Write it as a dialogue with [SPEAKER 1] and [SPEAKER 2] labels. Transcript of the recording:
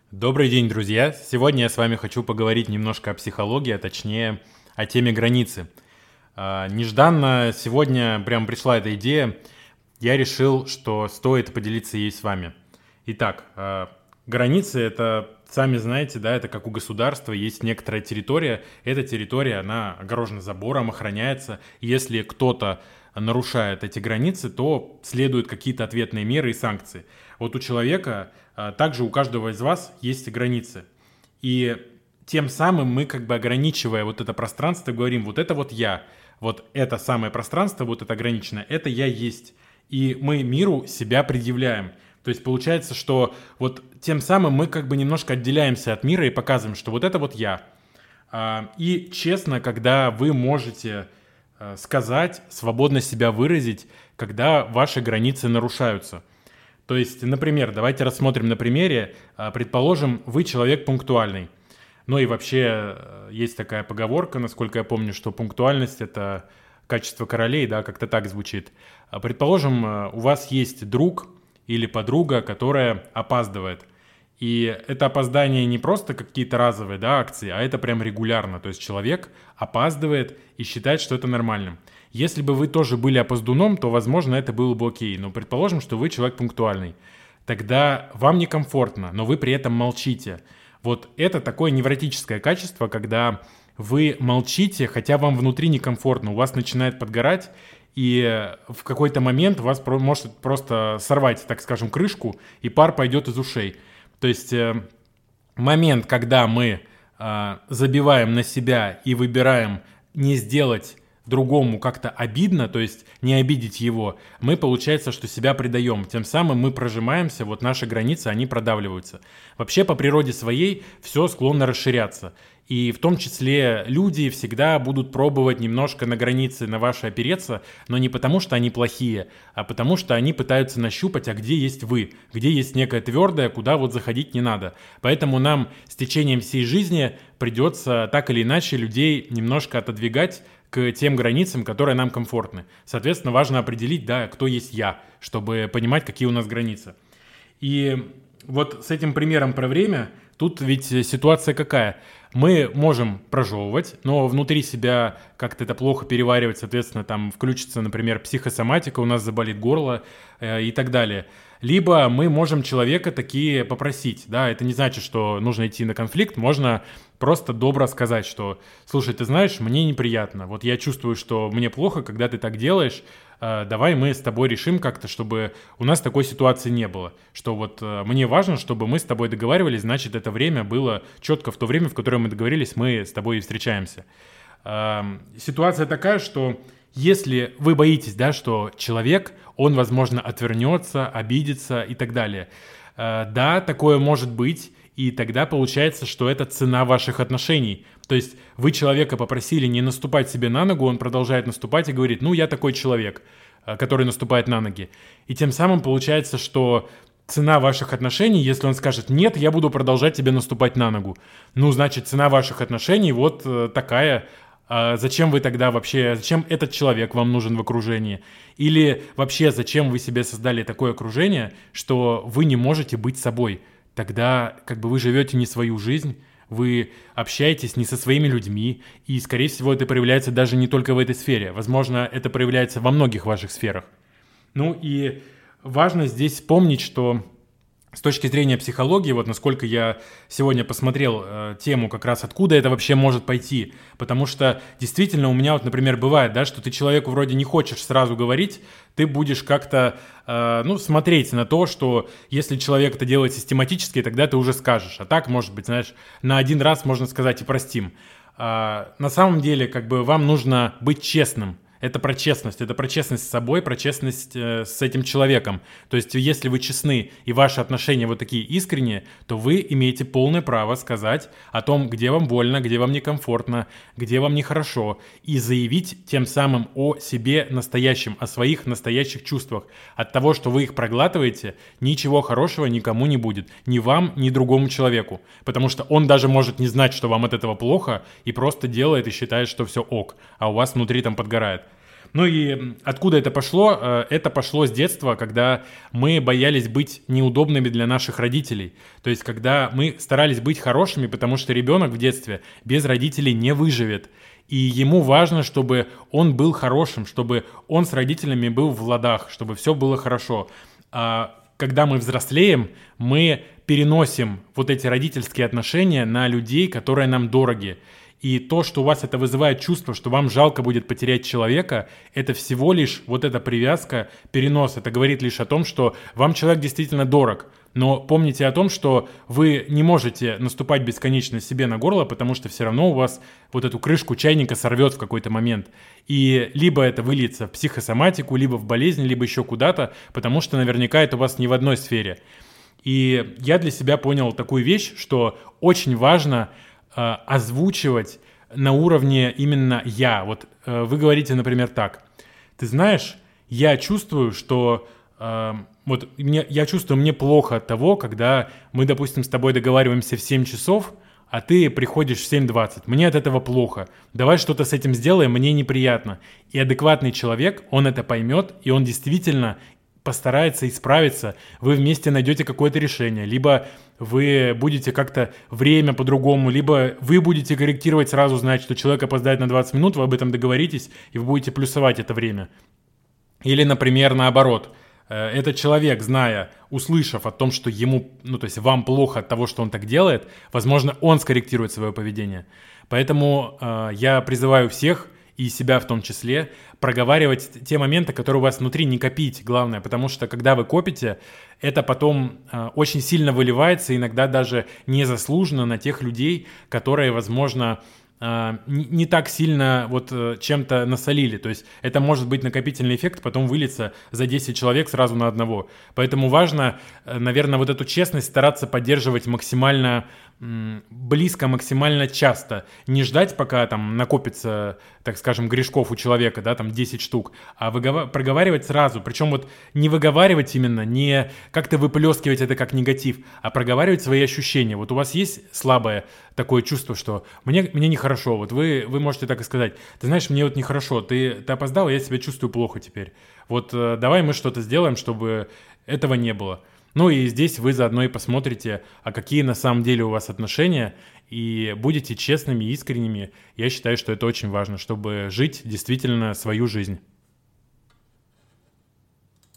[SPEAKER 1] Добрый день, друзья! Сегодня я с вами хочу поговорить немножко о психологии, а точнее о теме границы. Нежданно сегодня прям пришла эта идея, я решил, что стоит поделиться ей с вами. Итак, границы это, сами знаете, да, это как у государства, есть некоторая территория, эта территория, она огорожена забором, охраняется, если кто-то нарушает эти границы, то следуют какие-то ответные меры и санкции. Вот у человека, также у каждого из вас есть границы. И тем самым мы как бы ограничивая вот это пространство, говорим, вот это вот я, вот это самое пространство, вот это ограниченное, это я есть. И мы миру себя предъявляем. То есть получается, что вот тем самым мы как бы немножко отделяемся от мира и показываем, что вот это вот я. И честно, когда вы можете сказать, свободно себя выразить, когда ваши границы нарушаются. То есть, например, давайте рассмотрим на примере, предположим, вы человек пунктуальный. Ну и вообще есть такая поговорка, насколько я помню, что пунктуальность – это качество королей, да, как-то так звучит. Предположим, у вас есть друг или подруга, которая опаздывает. И это опоздание не просто какие-то разовые, да, акции, а это прям регулярно. То есть человек опаздывает и считает, что это нормальным. Если бы вы тоже были опоздуном, то, возможно, это было бы окей. Но предположим, что вы человек пунктуальный. Тогда вам некомфортно, но вы при этом молчите. Вот это такое невротическое качество, когда вы молчите, хотя вам внутри некомфортно, у вас начинает подгорать, и в какой-то момент вас может просто сорвать, так скажем, крышку, и пар пойдет из ушей. То есть момент, когда мы забиваем на себя и выбираем не сделать другому как-то обидно, то есть не обидеть его, мы, получается, что себя предаем. Тем самым мы прожимаемся, вот наши границы, они продавливаются. Вообще, по природе своей, все склонно расширяться. И в том числе люди всегда будут пробовать немножко на границы на ваши опереться, но не потому, что они плохие, а потому, что они пытаются нащупать, а где есть вы, где есть некое твердое, куда вот заходить не надо. Поэтому нам с течением всей жизни придется так или иначе людей немножко отодвигать к тем границам, которые нам комфортны. Соответственно, важно определить, да, кто есть я, чтобы понимать, какие у нас границы. И вот с этим примером про время, тут ведь ситуация какая? Мы можем прожевывать, но внутри себя как-то это плохо переваривать, соответственно, там включится, например, психосоматика, у нас заболит горло и так далее. Либо мы можем человека такие попросить, да, это не значит, что нужно идти на конфликт, можно просто добро сказать, что, слушай, ты знаешь, мне неприятно, вот я чувствую, что мне плохо, когда ты так делаешь, давай мы с тобой решим как-то, чтобы у нас такой ситуации не было, что вот мне важно, чтобы мы с тобой договаривались, значит, это время было четко в то время, в которое мы договорились, мы с тобой и встречаемся. Ситуация такая, что если вы боитесь, да, что человек, он, возможно, отвернется, обидится и так далее, да, такое может быть, и тогда получается, что это цена ваших отношений. То есть вы человека попросили не наступать себе на ногу, он продолжает наступать и говорит, ну, я такой человек, который наступает на ноги. И тем самым получается, что цена ваших отношений, если он скажет, нет, я буду продолжать тебе наступать на ногу. Ну, значит, цена ваших отношений вот такая. Зачем вы тогда вообще, зачем этот человек вам нужен в окружении? Или вообще, зачем вы себе создали такое окружение, что вы не можете быть собой? Тогда как бы вы живете не свою жизнь, вы общаетесь не со своими людьми, и, скорее всего, это проявляется даже не только в этой сфере. Возможно, это проявляется во многих ваших сферах. Ну и важно здесь помнить, что с точки зрения психологии, вот насколько я сегодня посмотрел тему как раз откуда это вообще может пойти, потому что действительно у меня вот, например, бывает, да, что ты человеку вроде не хочешь сразу говорить, ты будешь как-то, смотреть на то, что если человек это делает систематически, тогда ты уже скажешь, а так, может быть, знаешь, на один раз можно сказать и простим. На самом деле, как бы вам нужно быть честным. Это про честность с собой, про честность с этим человеком. То есть, если вы честны и ваши отношения вот такие искренние, то вы имеете полное право сказать о том, где вам больно, где вам некомфортно, где вам нехорошо, и заявить тем самым о себе настоящем, о своих настоящих чувствах. От того, что вы их проглатываете, ничего хорошего никому не будет. Ни вам, ни другому человеку. Потому что он даже может не знать, что вам от этого плохо, и просто делает и считает, что все ок, а у вас внутри там подгорает. Ну и откуда это пошло? Это пошло с детства, когда мы боялись быть неудобными для наших родителей. То есть когда мы старались быть хорошими, потому что ребенок в детстве без родителей не выживет. И ему важно, чтобы он был хорошим, чтобы он с родителями был в ладах, чтобы все было хорошо. А когда мы взрослеем, мы переносим вот эти родительские отношения на людей, которые нам дороги. И то, что у вас это вызывает чувство, что вам жалко будет потерять человека, это всего лишь вот эта привязка, перенос. Это говорит лишь о том, что вам человек действительно дорог. Но помните о том, что вы не можете наступать бесконечно себе на горло, потому что все равно у вас вот эту крышку чайника сорвет в какой-то момент. И либо это выльется в психосоматику, либо в болезнь, либо еще куда-то, потому что наверняка это у вас не в одной сфере. И я для себя понял такую вещь, что очень важно озвучивать на уровне именно «я». Вот вы говорите, например, так. Ты знаешь, я чувствую, что... я чувствую, мне плохо от того, когда мы, допустим, с тобой договариваемся в 7 часов, а ты приходишь в 7:20. Мне от этого плохо. Давай что-то с этим сделаем, мне неприятно. И адекватный человек, он это поймет, и он действительно постарается исправиться, вы вместе найдете какое-то решение, либо вы будете как-то время по-другому, либо вы будете корректировать, сразу знать, что человек опоздает на 20 минут, вы об этом договоритесь, и вы будете плюсовать это время. Или, например, наоборот, этот человек, услышав о том, что ему, то есть вам плохо от того, что он так делает, возможно, он скорректирует свое поведение. Поэтому я призываю всех, и себя в том числе, проговаривать те моменты, которые у вас внутри, не копить, главное, потому что когда вы копите, это потом очень сильно выливается, иногда даже незаслуженно на тех людей, которые, возможно, не так сильно чем-то насолили. То есть это может быть накопительный эффект, потом выльется за 10 человек сразу на одного. Поэтому важно, наверное, вот эту честность стараться поддерживать максимально близко, максимально часто. Не ждать, пока там накопится, так скажем, грешков у человека, да, там 10 штук, а проговаривать сразу. Причем не выговаривать именно, не как-то выплескивать это как негатив, а проговаривать свои ощущения. Вот у вас есть слабое такое чувство, что мне нехорошо. Вот вы можете так и сказать: ты знаешь, мне нехорошо, ты опоздал, я себя чувствую плохо теперь. Давай мы что-то сделаем, чтобы этого не было. Ну и здесь вы заодно и посмотрите, а какие на самом деле у вас отношения, и будете честными и искренними. Я считаю, что это очень важно, чтобы жить действительно свою жизнь.